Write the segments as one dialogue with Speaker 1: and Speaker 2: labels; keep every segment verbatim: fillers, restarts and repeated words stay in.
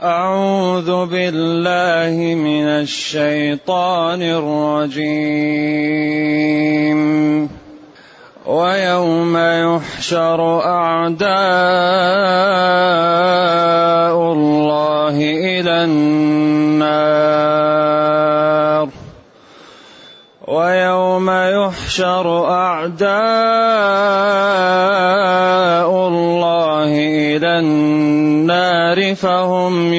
Speaker 1: أعوذ بالله من الشيطان الرجيم. ويوم يحشر أعداء الله إلى النار ويوم يحشر أعداء الله إلى النار فهم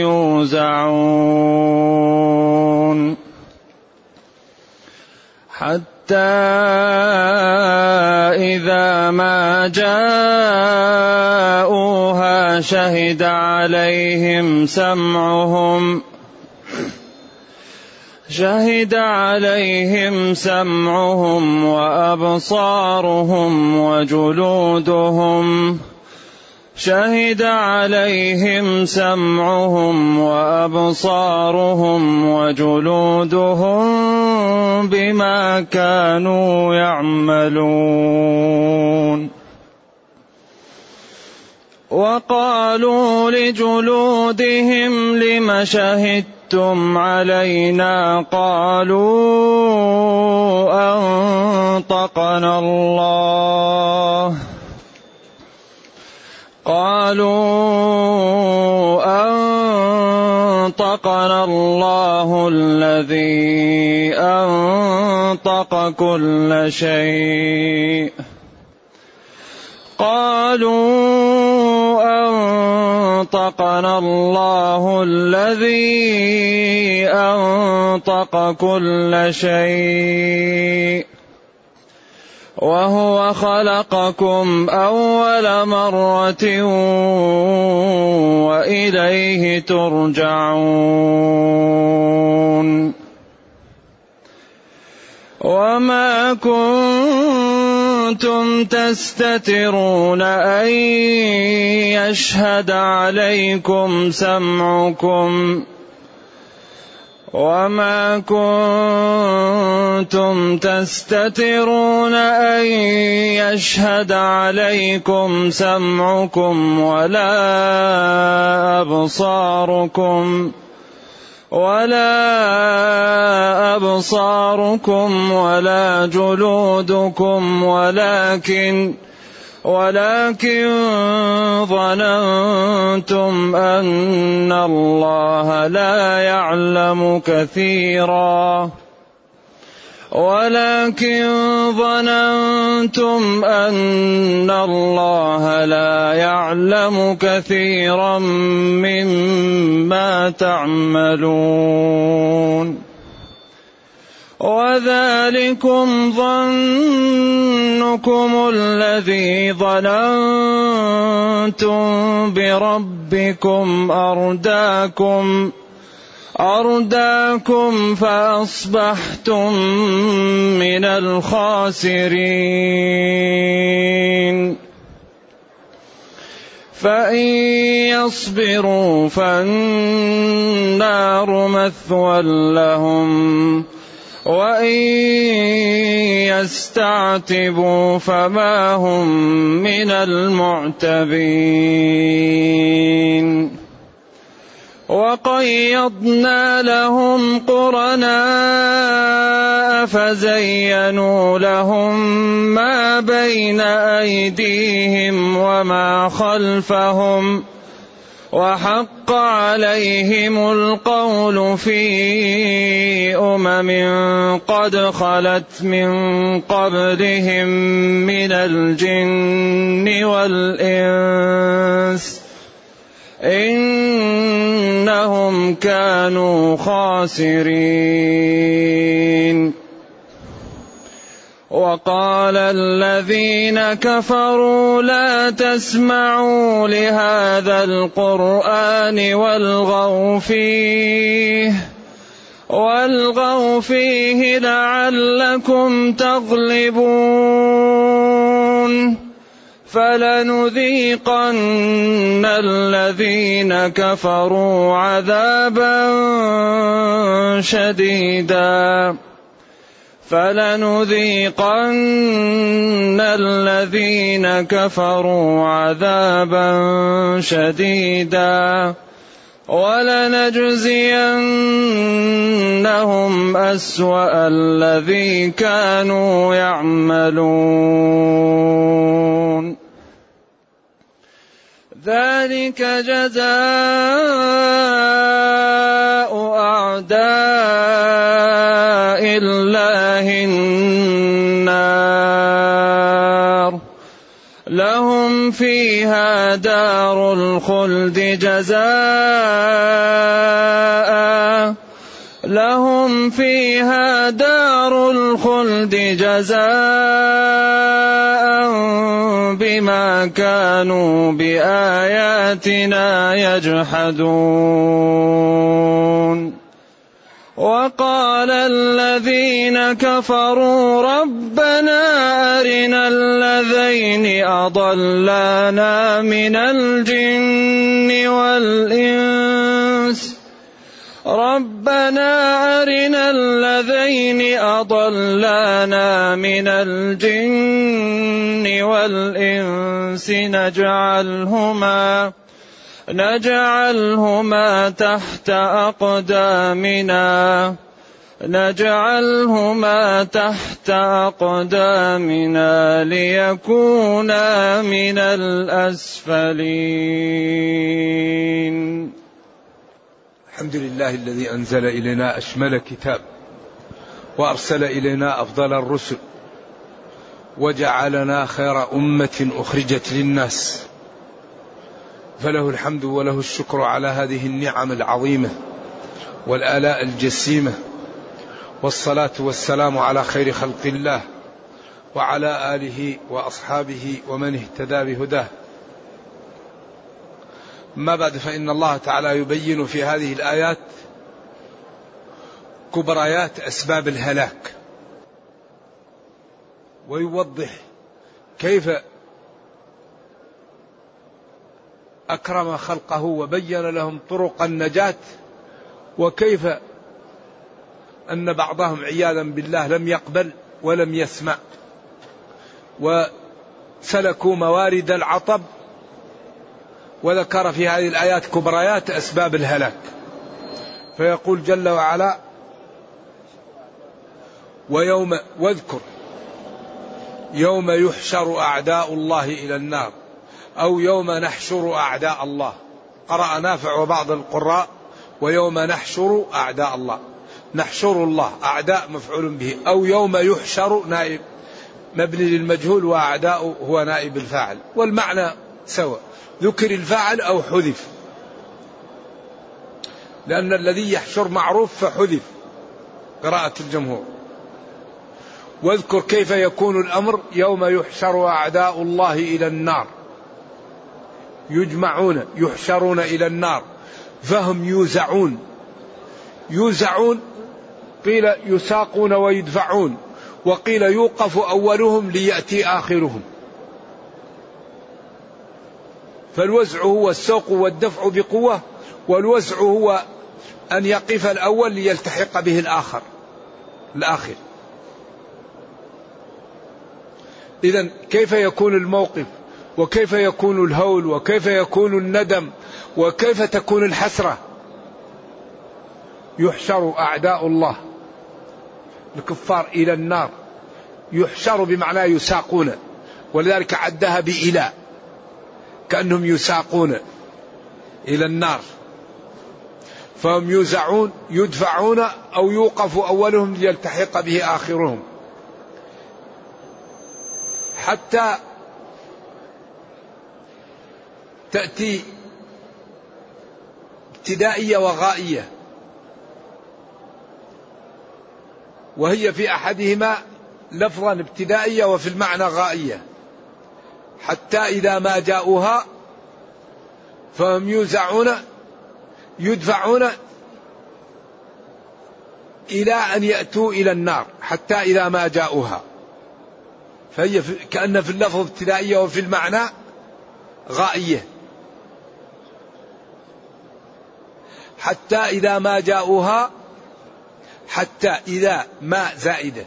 Speaker 1: يوزعون حتى إذا ما جاءوها شهد عليهم سمعهم شهد عليهم سمعهم وأبصارهم وجلودهم شهد عليهم سمعهم وأبصارهم وجلودهم بما كانوا يعملون. وقالوا لجلودهم لم شهدتم علينا قالوا أنطقنا الله قالوا أنطقنا الله الذي أنطق كل شيء قالوا أنطقنا الله الذي أنطق كل شيء وهو خلقكم أول مرة وإليه ترجعون. وما كنتم تستترون أن يشهد عليكم سمعكم وما كنتم تستترون أن يشهد عليكم سمعكم ولا أبصاركم ولا أبصاركم ولا جلودكم ولكن ولكن ظننتم أن الله لا يعلم كثيرا ولكن ظننتم أن الله لا يعلم كثيرا مما تعملون. وذلكم ظنكم الذي ظننتم بربكم أرداكم أرداكم فأصبحتم من الخاسرين. فإن يصبروا فالنار مثوى لهم وإن يستعتبوا فما هم من المعتبين. وقيضنا لهم قرناء فزينوا لهم ما بين أيديهم وما خلفهم وحق عليهم القول في أمم قد خلت من قبلهم من الجن والإنس إنهم كانوا خاسرين. وقال الذين كفروا لا تسمعوا لهذا القرآن والغوا فيه والغوا فيه لعلكم تغلبون. فلنذيقن الذين كفروا عذابا شديدا فلنذيقن الذين كفروا عذابا شديدا ولنجزينهم أسوأ الذي كانوا يعملون ذلك جزاء أعداء الله النار لهم فيها دار الخلد جزاء لهم فيها دار الخلد جزاء بما كانوا بآياتنا يجحدون وقال الذين كفروا ربنا أرنا الذين أضلانا من الجن والإنس ربنا أرنا الذين أضلانا من الجن والإنس نجعلهما نجعلهما تحت أقدامنا نجعلهما تحت أقدامنا ليكونا من الأسفلين.
Speaker 2: الحمد لله الذي أنزل إلينا أشمل كتاب وأرسل إلينا أفضل الرسل وجعلنا خير أمة أخرجت للناس، فله الحمد وله الشكر على هذه النعم العظيمة والآلاء الجسيمة، والصلاة والسلام على خير خلق الله وعلى آله وأصحابه ومن اهتدى بهداه. ما بعد، فإن الله تعالى يبين في هذه الآيات كبريات أسباب الهلاك، ويوضح كيف أكرم خلقه وبين لهم طرق النجاة، وكيف أن بعضهم عياذا بالله لم يقبل ولم يسمع وسلكوا موارد العطب. وذكر في هذه الآيات كبريات أسباب الهلاك، فيقول جل وعلا: ويوم واذكر يوم يحشر أعداء الله إلى النار، أو يوم نحشر أعداء الله. قرأ نافع وبعض القراء ويوم نحشر أعداء الله، نحشر الله، أعداء مفعول به، أو يوم يحشر نائب مبني للمجهول وأعداء هو نائب الفاعل، والمعنى سواء، ذكر الفاعل أو حذف، لأن الذي يحشر معروف فحذف، قراءة الجمهور. واذكر كيف يكون الأمر يوم يحشر أعداء الله إلى النار، يجمعون يحشرون إلى النار فهم يوزعون. يوزعون قيل يساقون ويدفعون، وقيل يوقف أولهم ليأتي آخرهم. فالوزع هو السوق والدفع بقوة، والوزع هو أن يقف الأول ليلتحق به الآخر الآخر. إذن كيف يكون الموقف، وكيف يكون الهول، وكيف يكون الندم، وكيف تكون الحسرة. يحشر أعداء الله الكفار إلى النار، يحشر بمعنى يساقون، ولذلك عدها بإلى، كأنهم يساقون إلى النار. فهم يوزعون يدفعون أو يوقف أولهم ليلتحق به آخرهم، حتى تأتي ابتدائية وغائية، وهي في أحدهما لفظا ابتدائية وفي المعنى غائية. حتى إذا ما جاءوها فهم يوزعون يدفعون إلى أن يأتوا إلى النار، حتى إذا ما جاءوها، فهي كأن في اللفظ ابتدائية وفي المعنى غائية. حتى إذا ما جاءوها، حتى إذا ما زائدة،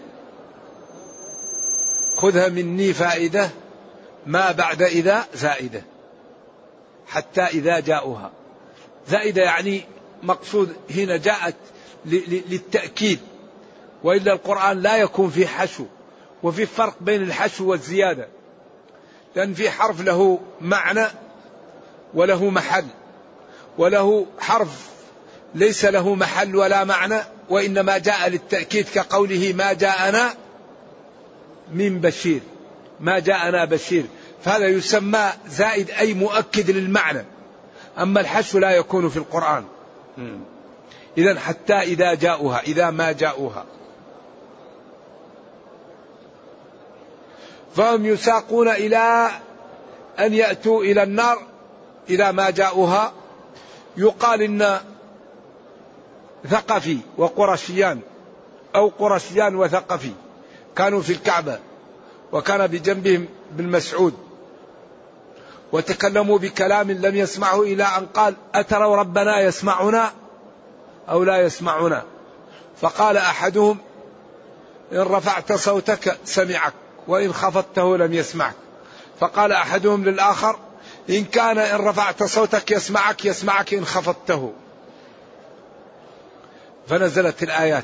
Speaker 2: خذها مني فائدة، ما بعد إذا زائدة، حتى إذا جاءوها. زائدة يعني مقصود هنا جاءت للتأكيد، وإلا القرآن لا يكون فيه حشو. وفي فرق بين الحشو والزيادة، لأن في حرف له معنى وله محل، وله حرف ليس له محل ولا معنى وإنما جاء للتأكيد، كقوله ما جاءنا من بشير، ما جاءنا بشير، فهذا يسمى زائد أي مؤكد للمعنى. أما الحشو لا يكون في القرآن. إذن حتى إذا جاءوها، إذا ما جاءوها، فهم يساقون إلى أن يأتوا إلى النار إذا ما جاءوها. يقال إن ثقفي وقرشيان أو قرشيان وثقفي كانوا في الكعبة، وكان بجنبهم بن مسعود، وتكلموا بكلام لم يسمعه إلى أن قال أتروا ربنا يسمعنا أو لا يسمعنا؟ فقال أحدهم إن رفعت صوتك سمعك وإن خفضته لم يسمعك. فقال أحدهم للآخر إن كان إن رفعت صوتك يسمعك يسمعك إن خفضته. فنزلت الآيات.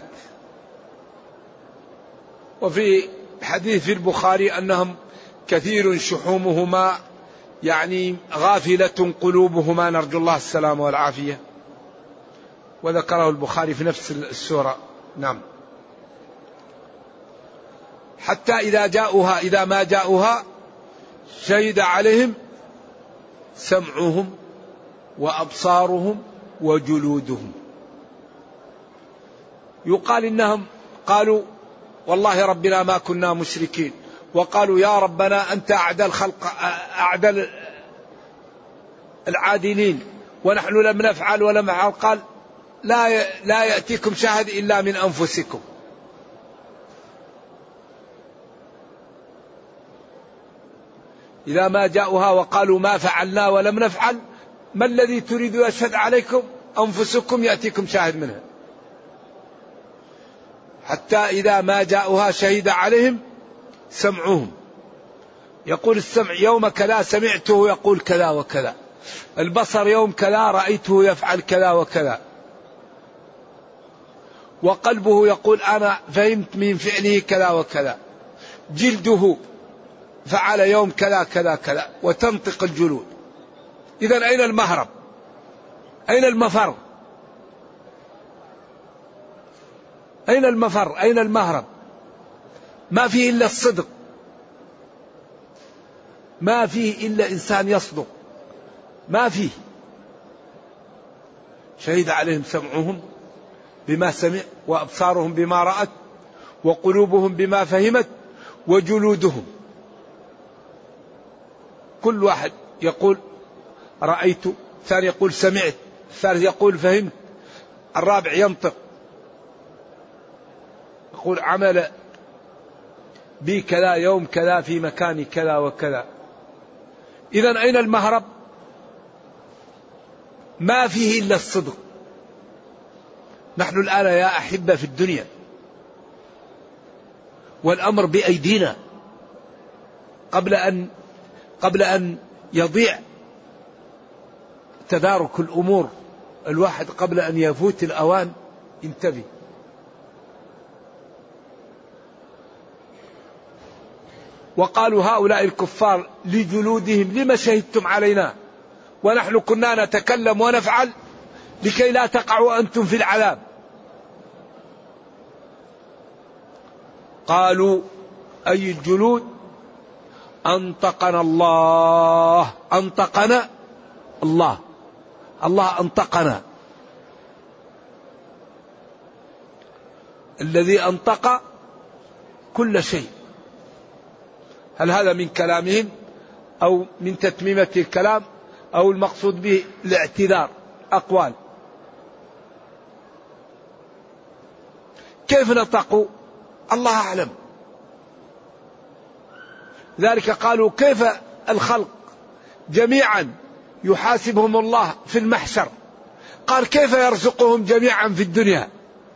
Speaker 2: وفي حديث في البخاري أنهم كثير شحومهما، يعني غافلة قلوبهما، نرجو الله السلامة والعافية. وذكره البخاري في نفس السورة. نعم. حتى إذا جاءوها، إذا ما جاءوها شهد عليهم سمعهم وأبصارهم وجلودهم. يقال إنهم قالوا والله ربنا ما كنا مشركين، وقالوا يا ربنا أنت أعدى الخلق، أعدى العادلين، ونحن لم نفعل ولم نفعل. قال لا لا يأتيكم شاهد إلا من أنفسكم. إذا ما جاءوها وقالوا ما فعلنا ولم نفعل، ما الذي تريد يشهد عليكم؟ أنفسكم يأتيكم شاهد منها. حتى إذا ما جاءوها شهد عليهم سمعهم. يقول السمع يوم كذا سمعته يقول كذا وكذا، البصر يوم كذا رأيته يفعل كذا وكذا، وقلبه يقول أنا فهمت من فعله كذا وكذا، جلده فعل يوم كذا كذا كذا، وتنطق الجلود. إذن أين المهرب؟ أين المفر؟ أين المفر؟ أين المهرب؟ ما فيه إلا الصدق، ما فيه إلا إنسان يصدق، ما فيه. شهد عليهم سمعهم بما سمع، وأبصارهم بما رأت، وقلوبهم بما فهمت، وجلودهم. كل واحد يقول رأيت، الثاني يقول سمعت، الثالث يقول فهمت، الرابع ينطق يقول عمل بي كذا يوم كذا في مكان كذا وكذا. إذن أين المهرب؟ ما فيه إلا الصدق. نحن الآن يا أحبة في الدنيا والأمر بأيدينا، قبل أن قبل أن يضيع تدارك الأمور، الواحد قبل أن يفوت الأوان انتبه. وقالوا هؤلاء الكفار لجلودهم لما شهدتم علينا ونحن كنا نتكلم ونفعل لكي لا تقعوا أنتم في العذاب. قالوا أي الجلود؟ أنطقنا الله، أنطقنا الله، الله أنطقنا، الذي أنطق كل شيء. هل هذا من كلامهم أو من تتميمة الكلام أو المقصود به الاعتذار؟ أقوال. كيف نطقوا؟ الله أعلم. ذلك قالوا كيف الخلق جميعا يحاسبهم الله في المحشر؟ قال كيف يرزقهم جميعا في الدنيا؟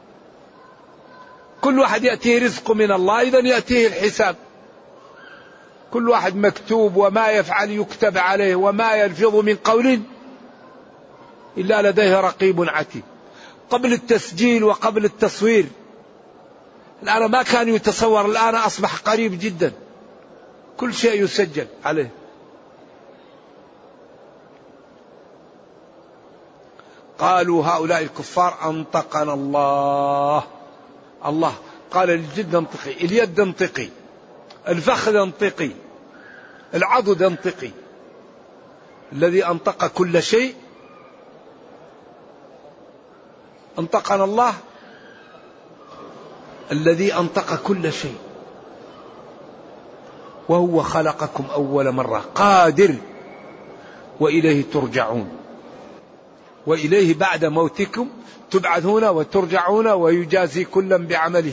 Speaker 2: كل واحد يأتيه رزق من الله، إذن يأتيه الحساب. كل واحد مكتوب، وما يفعل يكتب عليه، وما يلفظ من قول إلا لديه رقيب عتيد. قبل التسجيل وقبل التصوير، الآن ما كان يتصور، الآن أصبح قريب جدا، كل شيء يسجل عليه. قالوا هؤلاء الكفار أنطقنا الله. الله قال للجد انطقي، اليد انطقي، الفخذ انطقي، العضد انطقي. الذي أنطق كل شيء أنطقنا الله، الذي أنطق كل شيء، وهو خلقكم أول مرة، قادر وإليه ترجعون، وإليه بعد موتكم تبعثون وترجعون ويجازي كلا بعمله.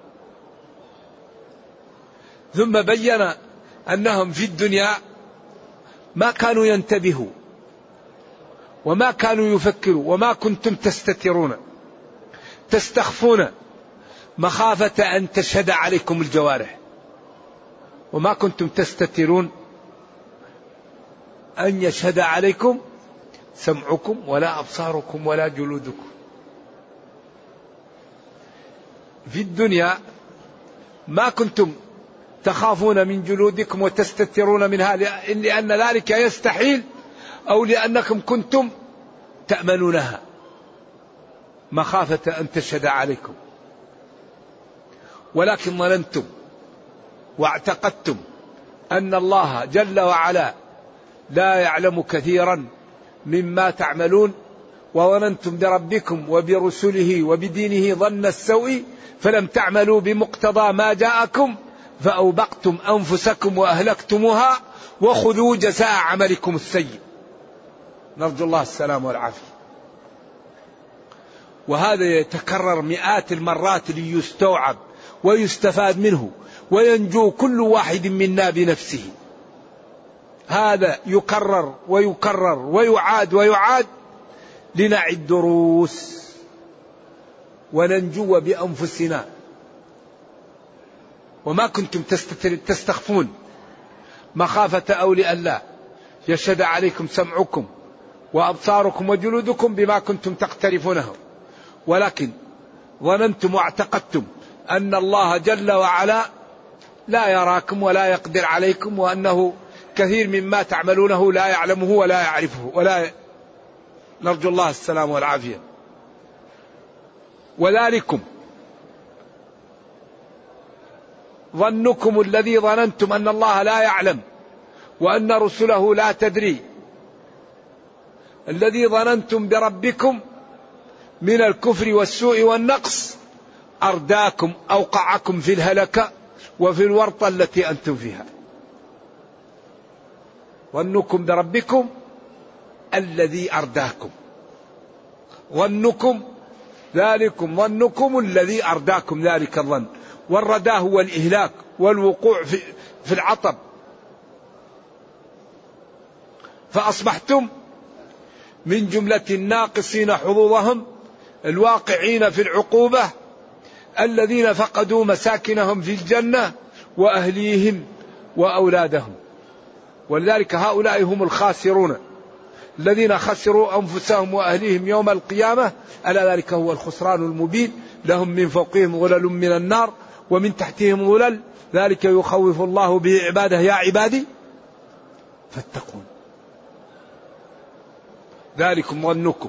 Speaker 2: ثم بين أنهم في الدنيا ما كانوا ينتبهوا وما كانوا يفكروا وما كنتم تستترون تستخفون مخافة أن تشهد عليكم الجوارح، وما كنتم تستترون أن يشهد عليكم سمعكم ولا أبصاركم ولا جلودكم. في الدنيا ما كنتم تخافون من جلودكم وتستترون منها لأن ذلك يستحيل، أو لأنكم كنتم تأمنونها مخافة أن تشهد عليكم، ولكن ظننتم واعتقدتم أن الله جل وعلا لا يعلم كثيرا مما تعملون، وظننتم بربكم وبرسله وبدينه ظن السوء، فلم تعملوا بمقتضى ما جاءكم فأوبقتم أنفسكم وأهلكتموها، وخذوا جزاء عملكم السيء. نرجو الله السلام والعافية. وهذا يتكرر مئات المرات ليستوعب ويستفاد منه وينجو كل واحد منا بنفسه. هذا يكرر ويكرر ويعاد ويعاد لنعد دروس وننجو بأنفسنا. وما كنتم تستخفون مخافة أولياء الله يشهد عليكم سمعكم وأبصاركم وجلودكم بما كنتم تقترفونه، ولكن ظننتم واعتقدتم أن الله جل وعلا لا يراكم ولا يقدر عليكم، وأنه كثير مما تعملونه لا يعلمه ولا يعرفه ولا ي... نرجو الله السلام والعافية. وذلكم ظنكم الذي ظننتم أن الله لا يعلم وأن رسله لا تدري، الذي ظننتم بربكم من الكفر والسوء والنقص أرداكم، أوقعكم في الهلكة وفي الورطة التي أنتم فيها. ظنكم بربكم الذي أرداكم، ظنكم ذلكم ظنكم الذي أرداكم ذلك الظن، والرداء هو الإهلاك والوقوع في, في العطب، فأصبحتم من جملة الناقصين حظوظهم الواقعين في العقوبة، الذين فقدوا مساكنهم في الجنة وأهليهم وأولادهم. ولذلك هؤلاء هم الخاسرون الذين خسروا أنفسهم وأهليهم يوم القيامة، ألا ذلك هو الخسران المبين. لهم من فوقهم ظلل من النار ومن تحتهم ظلل، ذلك يخوف الله به عباده يا عبادي فاتقون. ذلكم ظنكم.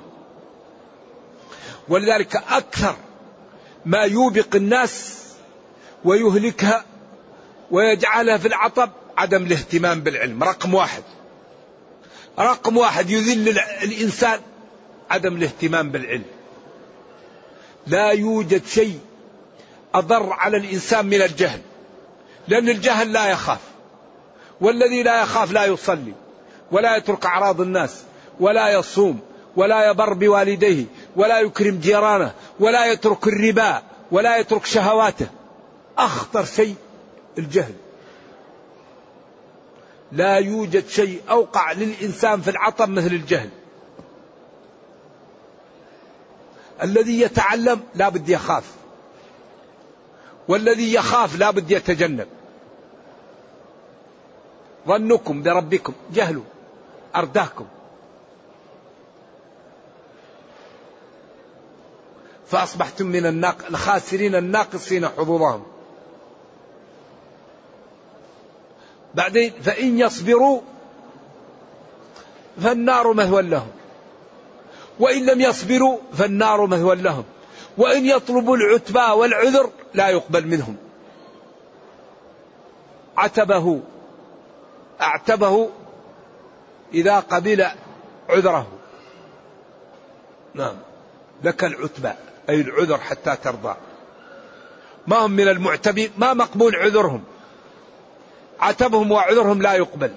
Speaker 2: ولذلك أكثر ما يوبق الناس ويهلكها ويجعلها في العطب عدم الاهتمام بالعلم. رقم واحد رقم واحد يذل الإنسان عدم الاهتمام بالعلم. لا يوجد شيء أضر على الإنسان من الجهل، لأن الجهل لا يخاف، والذي لا يخاف لا يصلي ولا يترك أعراض الناس ولا يصوم ولا يبر بوالديه ولا يكرم جيرانه ولا يترك الربا ولا يترك شهواته. أخطر شيء الجهل. لا يوجد شيء أوقع للإنسان في العطب مثل الجهل. الذي يتعلم لا بد يخاف، والذي يخاف لا بد يتجنب. ظنكم بربكم جهلوا أرداكم. فأصبحتم من الناق... الخاسرين الناقصين حظوظهم. بعدين فإن يصبروا فالنار مثوى لهم، وإن لم يصبروا فالنار مثوى لهم، وإن يطلبوا العتبى والعذر لا يقبل منهم. عتبه اعتبه إذا قبل عذره. نعم، لك العتبى أي العذر حتى ترضى. ما هم من المعتبين، ما مقبول عذرهم، عتبهم وعذرهم لا يقبل.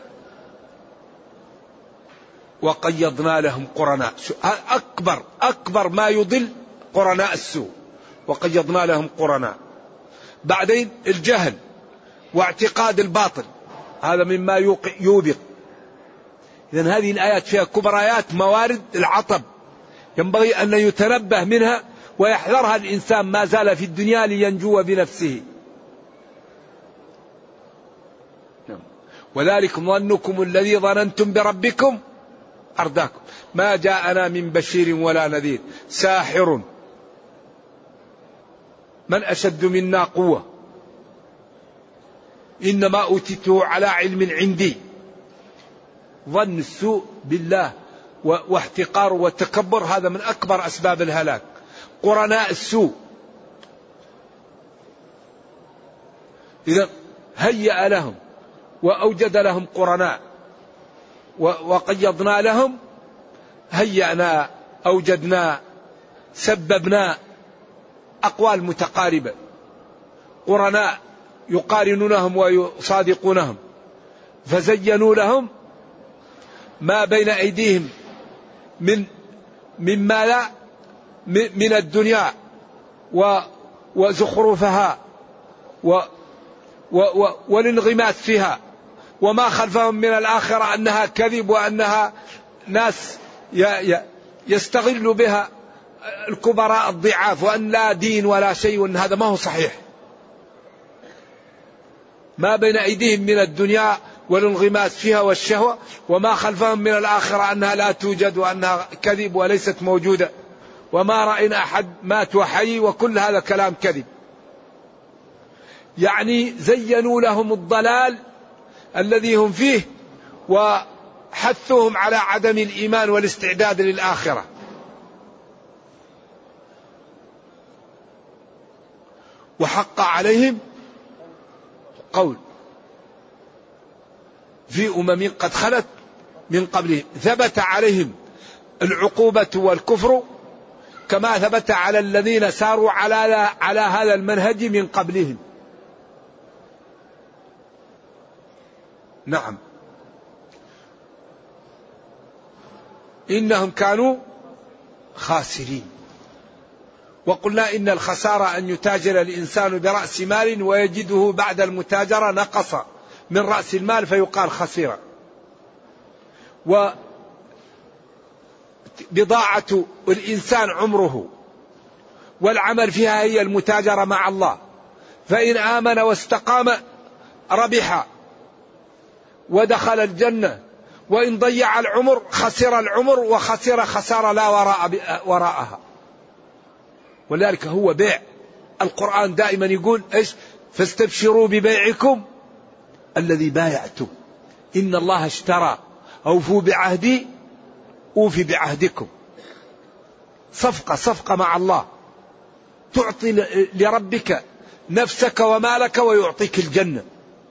Speaker 2: وقيضنا لهم قرناء، أكبر أكبر ما يضل قرناء السوء، وقيضنا لهم قرناء. بعدين الجهل واعتقاد الباطل، هذا مما يوبق. إذن هذه الآيات فيها كبريات موارد العطب، ينبغي أن يتنبه منها ويحذرها الإنسان ما زال في الدنيا لينجو بنفسه. وذلكم ظنكم الذي ظننتم بربكم أرداكم ما جاءنا من بشير ولا نذير ساحر من أشد منا قوة إنما أوتيته على علم عندي. ظن السوء بالله واحتقار والتكبر هذا من أكبر أسباب الهلاك. قرناء السوء، إذا هيأ لهم وأوجد لهم قرناء وقيضنا لهم، هيأنا أوجدنا سببنا، أقوال متقاربة. قرناء يقارنونهم ويصادقونهم، فزينوا لهم ما بين أيديهم من مما لا من الدنيا وزخرفها والانغماس فيها، وما خلفهم من الآخرة أنها كذب وأنها ناس يستغل بها الكبراء الضعاف، وأن لا دين ولا شيء، وأن هذا ما هو صحيح. ما بين أيديهم من الدنيا والانغماس فيها والشهوة، وما خلفهم من الآخرة أنها لا توجد وأنها كذب وليست موجودة، وما رأينا أحد مات وحي، وكل هذا كلام كذب. يعني زينوا لهم الضلال الذي هم فيه وحثوهم على عدم الإيمان والاستعداد للآخرة. وحق عليهم قول في أمم قد خلت من قبلهم، ثبت عليهم العقوبة والكفر كما ثبت على الذين ساروا على على هذا المنهج من قبلهم. نعم، إنهم كانوا خاسرين. وقلنا إن الخسارة أن يتاجر الإنسان برأس مال ويجده بعد المتاجرة نقص من رأس المال فيقال خسيرا. وبضاعة الإنسان عمره، والعمل فيها هي المتاجرة مع الله، فإن آمن واستقام ربح ودخل الجنة، وإن ضيع العمر خسر العمر وخسر خسارة لا وراء وراءها. ولذلك هو بيع. القرآن دائما يقول إيش؟ فاستبشروا ببيعكم الذي بايعتم إن الله اشترى أوفوا بعهدي أوفي بعهدكم. صفقة صفقة مع الله، تعطي لربك نفسك ومالك ويعطيك الجنة.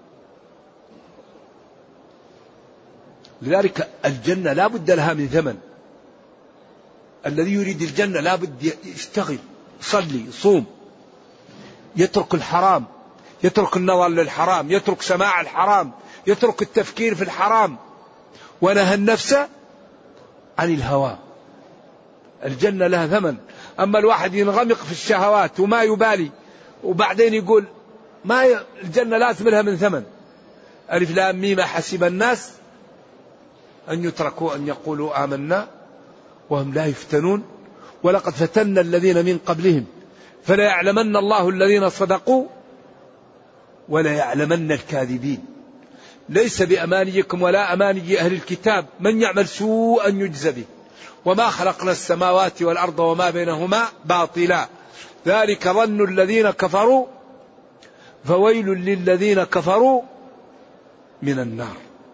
Speaker 2: لذلك الجنة لا بد لها من ثمن. الذي يريد الجنة لا بد يشتغل، يصلي، يصوم، يترك الحرام، يترك النظر للحرام، يترك سماع الحرام، يترك التفكير في الحرام، ونهى النفس عن الهوى. الجنة لها ثمن. أما الواحد ينغمق في الشهوات وما يبالي، وبعدين يقول ما ي... الجنة لازم لها من ثمن. ألف لام ميم حسب الناس أن يتركوا أن يقولوا آمنا وهم لا يفتنون ولقد فتنا الذين من قبلهم فلا يعلمن الله الذين صدقوا ولا يعلمن الكاذبين. ليس بأمانيكم ولا أماني أهل الكتاب من يعمل سوءا يجزى به وما خلقنا السماوات والأرض وما بينهما باطلا ذلك ظن الذين كفروا فويل للذين كفروا من النار.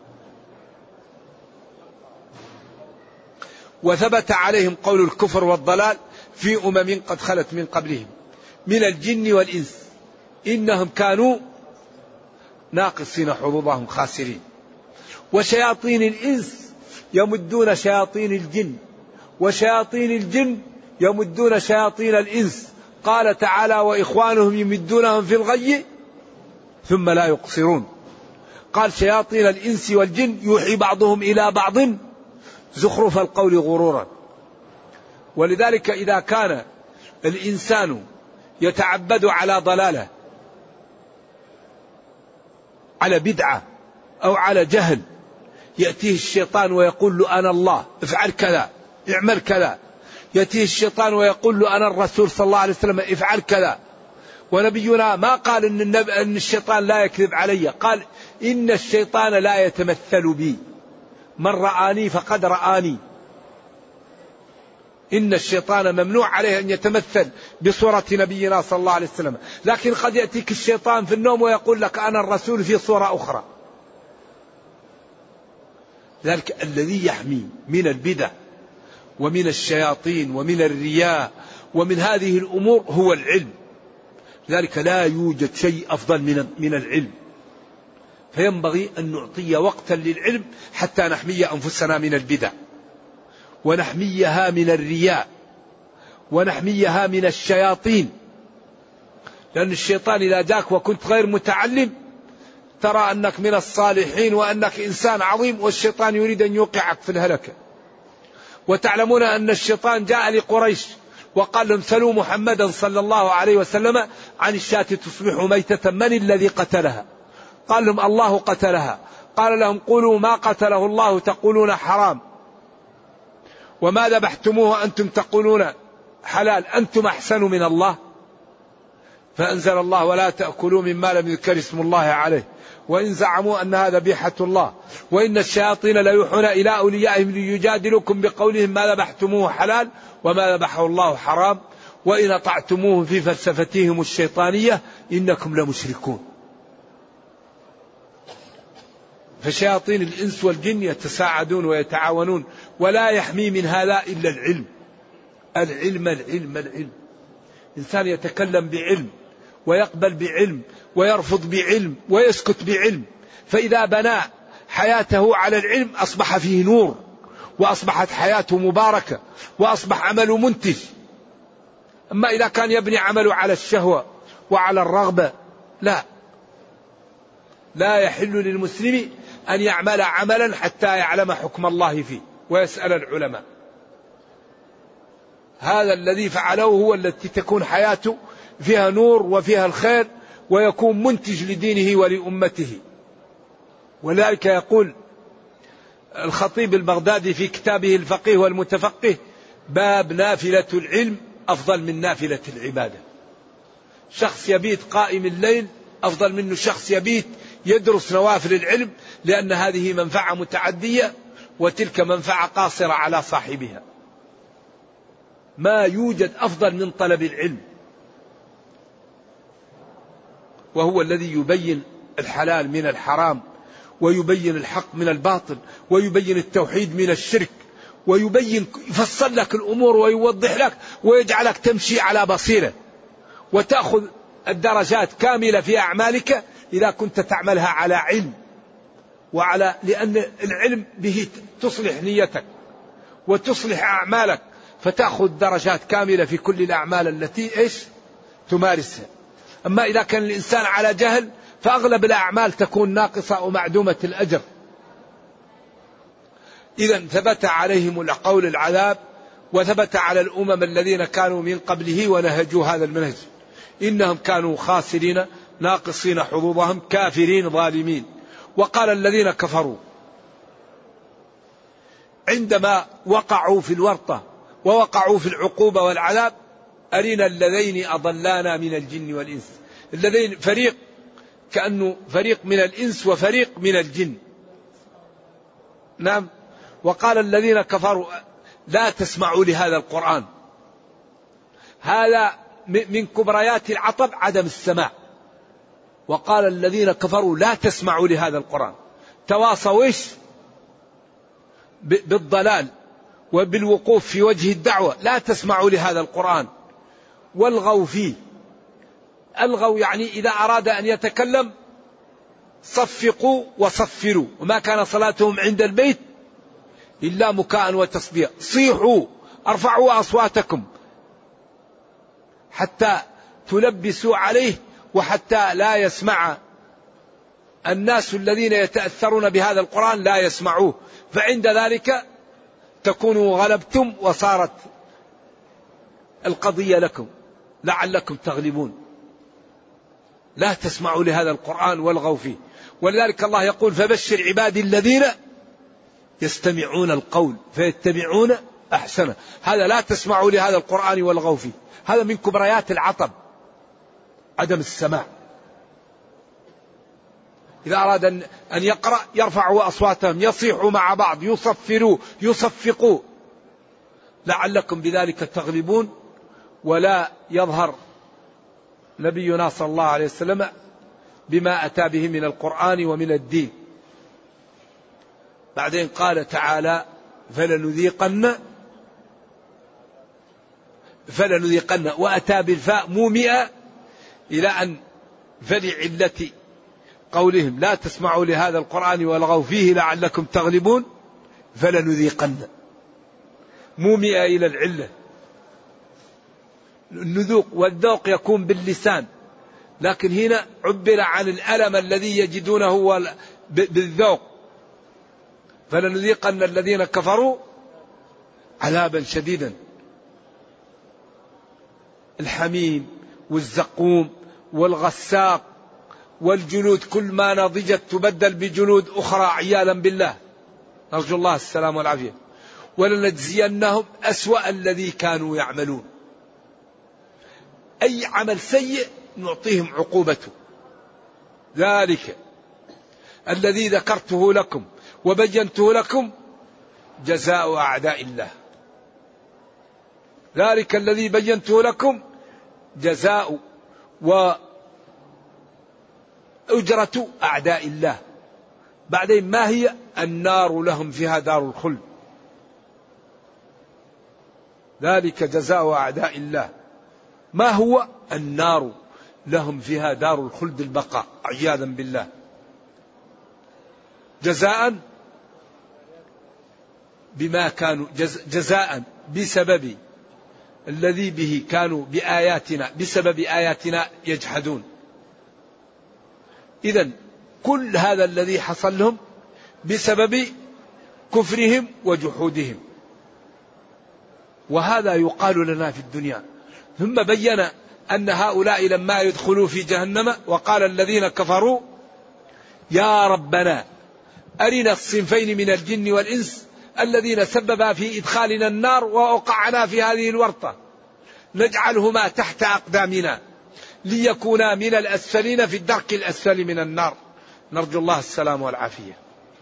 Speaker 2: وثبت عليهم قول الكفر والضلال في أمم قد خلت من قبلهم من الجن والإنس إنهم كانوا ناقصين حظوظهم خاسرين. وشياطين الإنس يمدون شياطين الجن وشياطين الجن يمدون شياطين الإنس. قال تعالى وإخوانهم يمدونهم في الغي ثم لا يقصرون. قال شياطين الإنس والجن يوحي بعضهم إلى بعض زخرف القول غرورا. ولذلك إذا كان الإنسان يتعبد على ضلالة على بدعة أو على جهل يأتيه الشيطان ويقول له أنا الله افعل كذا اعمل كذا. يأتيه الشيطان ويقول له أنا الرسول صلى الله عليه وسلم افعل كذا. ونبينا ما قال إن, النب... إن الشيطان لا يكذب علي، قال إن الشيطان لا يتمثل بي من رآني فقد رآني. إن الشيطان ممنوع عليه أن يتمثل بصورة نبينا صلى الله عليه وسلم، لكن قد يأتيك الشيطان في النوم ويقول لك أنا الرسول في صورة أخرى. ذلك الذي يحمي من البدع ومن الشياطين ومن الرياء ومن هذه الأمور هو العلم. ذلك لا يوجد شيء أفضل من من العلم، فينبغي أن نعطي وقتا للعلم حتى نحمي أنفسنا من البدع ونحميها من الرياء ونحميها من الشياطين. لأن الشيطان إذا جاك وكنت غير متعلم ترى أنك من الصالحين وأنك إنسان عظيم، والشيطان يريد أن يوقعك في الهلكة. وتعلمون أن الشيطان جاء لقريش وقال لهم سلوا محمدا صلى الله عليه وسلم عن الشاة تصبح ميتة من الذي قتلها؟ قال لهم الله قتلها. قال لهم قولوا ما قتله الله تقولون حرام، وما ذبحتموه أنتم تقولون حلال، أنتم أحسن من الله. فأنزل الله ولا تأكلوا مما لم يذكر اسم الله عليه وإن زعموا أنها ذبيحة الله وإن الشياطين ليوحون إلى أوليائهم ليجادلوكم بقولهم ما ذبحتموه حلال وما ذبحه الله حرام وإن أطعتموه في فلسفتهم الشيطانية إنكم لمشركون. فشياطين الإنس والجن يتساعدون ويتعاونون، ولا يحمي من هذا إلا العلم. العلم العلم العلم. إنسان يتكلم بعلم ويقبل بعلم ويرفض بعلم ويسكت بعلم، فإذا بنى حياته على العلم أصبح فيه نور وأصبحت حياته مباركة وأصبح عمله منتج. أما إذا كان يبني عمله على الشهوة وعلى الرغبة لا لا يحل للمسلم أن يعمل عملا حتى يعلم حكم الله فيه ويسأل العلماء. هذا الذي فعله هو التي تكون حياته فيها نور وفيها الخير ويكون منتج لدينه ولأمته. ولذلك يقول الخطيب البغدادي في كتابه الفقيه والمتفقه باب نافلة العلم أفضل من نافلة العبادة. شخص يبيت قائم الليل أفضل منه شخص يبيت يدرس نوافل العلم، لأن هذه منفعة متعدية وتلك منفعة قاصرة على صاحبها. ما يوجد أفضل من طلب العلم، وهو الذي يبين الحلال من الحرام ويبين الحق من الباطل ويبين التوحيد من الشرك ويبين يفصل لك الأمور ويوضح لك ويجعلك تمشي على بصيرة وتأخذ الدرجات كاملة في أعمالك إذا كنت تعملها على علم وعلى لأن العلم به تصلح نيتك وتصلح أعمالك فتأخذ درجات كاملة في كل الأعمال التي إيش تمارسها. أما إذا كان الإنسان على جهل فأغلب الأعمال تكون ناقصة ومعدومة الأجر. إذا ثبت عليهم القول العذاب وثبت على الأمم الذين كانوا من قبله ونهجوا هذا المنهج إنهم كانوا خاسرين ناقصين حظوظهم كافرين ظالمين. وقال الذين كفروا عندما وقعوا في الورطة ووقعوا في العقوبة والعذاب أرنا اللذين أضلانا من الجن والإنس. الذين فريق كأنه فريق من الإنس وفريق من الجن. نعم. وقال الذين كفروا لا تسمعوا لهذا القرآن. هذا من كبريات العطب عدم السماع. وقال الذين كفروا لا تسمعوا لهذا القرآن. تواصوا إيش؟ بالضلال وبالوقوف في وجه الدعوة. لا تسمعوا لهذا القرآن والغوا فيه. الغوا يعني إذا أراد أن يتكلم صفقوا وصفروا، وما كان صلاتهم عند البيت إلا مكاء وتصديق. صيحوا ارفعوا أصواتكم حتى تلبسوا عليه وحتى لا يسمع الناس الذين يتأثرون بهذا القرآن لا يسمعوه، فعند ذلك تكونوا غلبتم وصارت القضية لكم لعلكم تغلبون. لا تسمعوا لهذا القرآن والغوا فيه. ولذلك الله يقول فبشر عبادي الذين يستمعون القول فيتبعون أحسنه. هذا لا تسمعوا لهذا القرآن والغوا فيه. هذا من كبريات العطب عدم السماع. إذا أراد أن يقرأ يرفعوا أصواتهم، يصيحوا مع بعض، يصفروا يصفقوا لعلكم بذلك تغلبون. ولا يظهر نبينا صلى الله عليه وسلم بما أتى به من القرآن ومن الدين. بعدين قال تعالى فلنذيقن فلنذيقن وأتى بالفاء مومئة إلى أن فلعلة قولهم لا تسمعوا لهذا القرآن والغوا فيه لعلكم تغلبون. فلنذيقن مومئة إلى العلة. النذوق والذوق يكون باللسان، لكن هنا عبر عن الألم الذي يجدونه بالذوق. فلنذيقن الذين كفروا عذابا شديدا. الحميم والزقوم والغساق والجلود كل ما نضجت تبدل بجلود أخرى عياذا بالله، نرجو الله السلام والعافية. ولنجزينهم أسوأ الذي كانوا يعملون. أي عمل سيء نعطيهم عقوبته. ذلك الذي ذكرته لكم وبينته لكم جزاء أعداء الله. ذلك الذي بينته لكم جزاء وأجرة أعداء الله. بعدين ما هي؟ النار لهم فيها دار الخلد. ذلك جزاء أعداء الله. ما هو؟ النار لهم فيها دار الخلد البقاء عياذا بالله. جزاء بما كانوا جزاء بسبب الذي به كانوا بآياتنا بسبب آياتنا يجحدون. إذن كل هذا الذي حصل لهم بسبب كفرهم وجحودهم. وهذا يقال لنا في الدنيا. ثم بين أن هؤلاء لما يدخلوا في جهنم وقال الذين كفروا يا ربنا أرنا الصنفين من الجن والإنس الذين سببا في إدخالنا النار ووقعنا في هذه الورطة نجعلهما تحت أقدامنا ليكونا من الأسفلين في الدرك الأسفل من النار. نرجو الله السلام والعافية.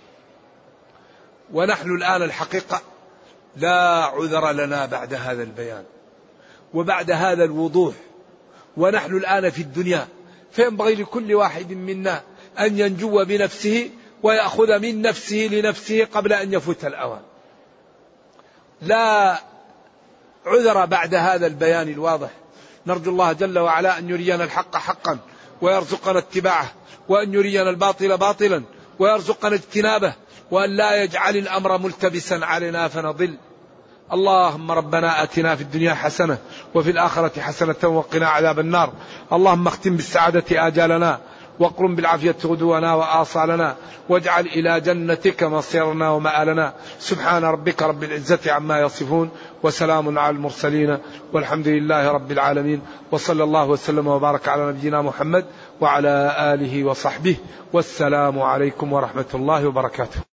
Speaker 2: ونحن الآن الحقيقة لا عذر لنا بعد هذا البيان وبعد هذا الوضوح، ونحن الآن في الدنيا، فينبغي لكل واحد منا أن ينجو بنفسه ويأخذ من نفسه لنفسه قبل أن يفوت الأوان. لا عذر بعد هذا البيان الواضح. نرجو الله جل وعلا أن يرينا الحق حقا ويرزقنا اتباعه، وأن يرينا الباطل باطلا ويرزقنا اجتنابه، وأن لا يجعل الأمر ملتبسا علينا فنضل. اللهم ربنا آتنا في الدنيا حسنة وفي الآخرة حسنة وقنا عذاب النار. اللهم اختم بالسعادة آجالنا واقرم بالعافية غدونا وآصالنا، واجعل إلى جنتك مصيرنا ومآلنا. سبحان ربك رب العزة عما يصفون وسلام على المرسلين والحمد لله رب العالمين. وصلى الله وسلم وبارك على نبينا محمد وعلى آله وصحبه، والسلام عليكم ورحمة الله وبركاته.